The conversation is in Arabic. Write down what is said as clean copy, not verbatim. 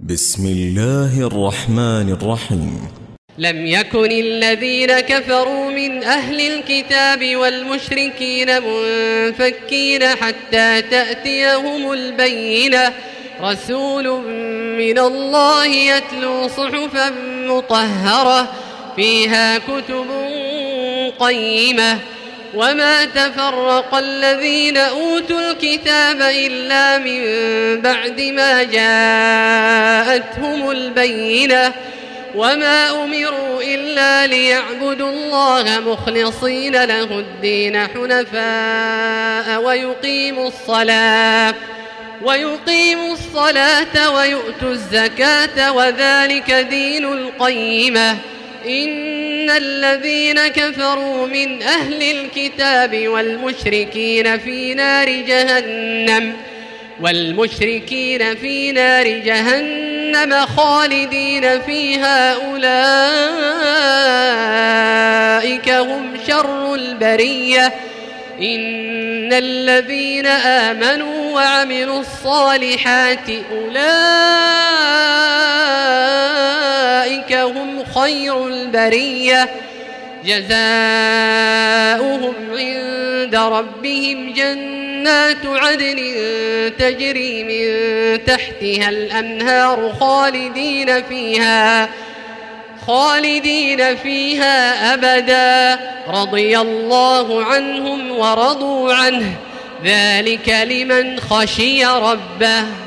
بسم الله الرحمن الرحيم. لم يكن الذين كفروا من أهل الكتاب والمشركين منفكين حتى تأتيهم البينة، رسول من الله يتلو صحفا مطهرة فيها كتب قيمة. وما تفرق الذين أوتوا الكتاب إلا من بعد ما جاءتهم البينة، وما أمروا إلا ليعبدوا الله مخلصين له الدين حنفاء ويقيموا الصلاة ويؤتوا الزكاة وذلك دين القيمة. إن الذين كفروا من أهل الكتاب والمشركين في نار جهنم خالدين فيها أولئك هم شر البرية. إن الذين آمنوا وعملوا الصالحات أولئك هم خير البرية، جزاؤهم عند ربهم جنات عدن تجري من تحتها الأنهار خالدين فيها أبدا، رضي الله عنهم ورضوا عنه، ذلك لمن خشي ربه.